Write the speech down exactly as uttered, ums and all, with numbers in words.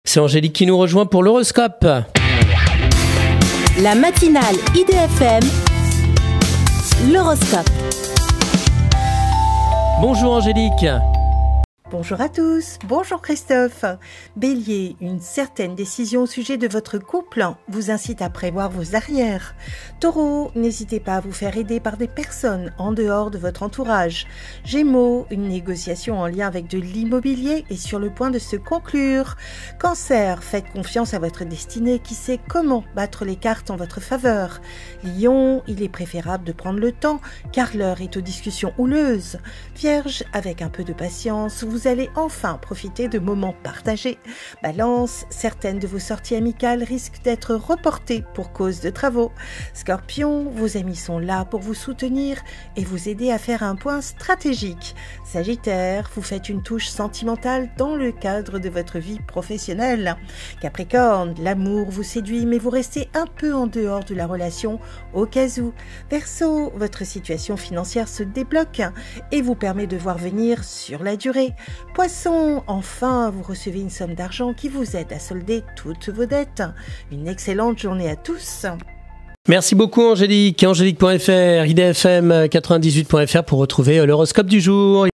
C'est Angélique qui nous rejoint pour l'horoscope. La matinale I D F M, l'horoscope. Bonjour Angélique. Bonjour à tous, bonjour Christophe. Bélier, une certaine décision au sujet de votre couple vous incite à prévoir vos arrières. Taureau, n'hésitez pas à vous faire aider par des personnes en dehors de votre entourage. Gémeaux, une négociation en lien avec de l'immobilier est sur le point de se conclure. Cancer, faites confiance à votre destinée qui sait comment battre les cartes en votre faveur. Lion, il est préférable de prendre le temps car l'heure est aux discussions houleuses. Vierge, avec un peu de patience, vous Vous allez enfin profiter de moments partagés. Balance, certaines de vos sorties amicales risquent d'être reportées pour cause de travaux. Scorpion, vos amis sont là pour vous soutenir et vous aider à faire un point stratégique. Sagittaire, vous faites une touche sentimentale dans le cadre de votre vie professionnelle. Capricorne, l'amour vous séduit mais vous restez un peu en dehors de la relation au cas où. Verseau, votre situation financière se débloque et vous permet de voir venir sur la durée. Poisson, enfin, vous recevez une somme d'argent qui vous aide à solder toutes vos dettes. Une excellente journée à tous. Merci beaucoup Angélique. Angélique point F R, I D F M quatre-vingt-dix-huit point F R pour retrouver l'horoscope du jour.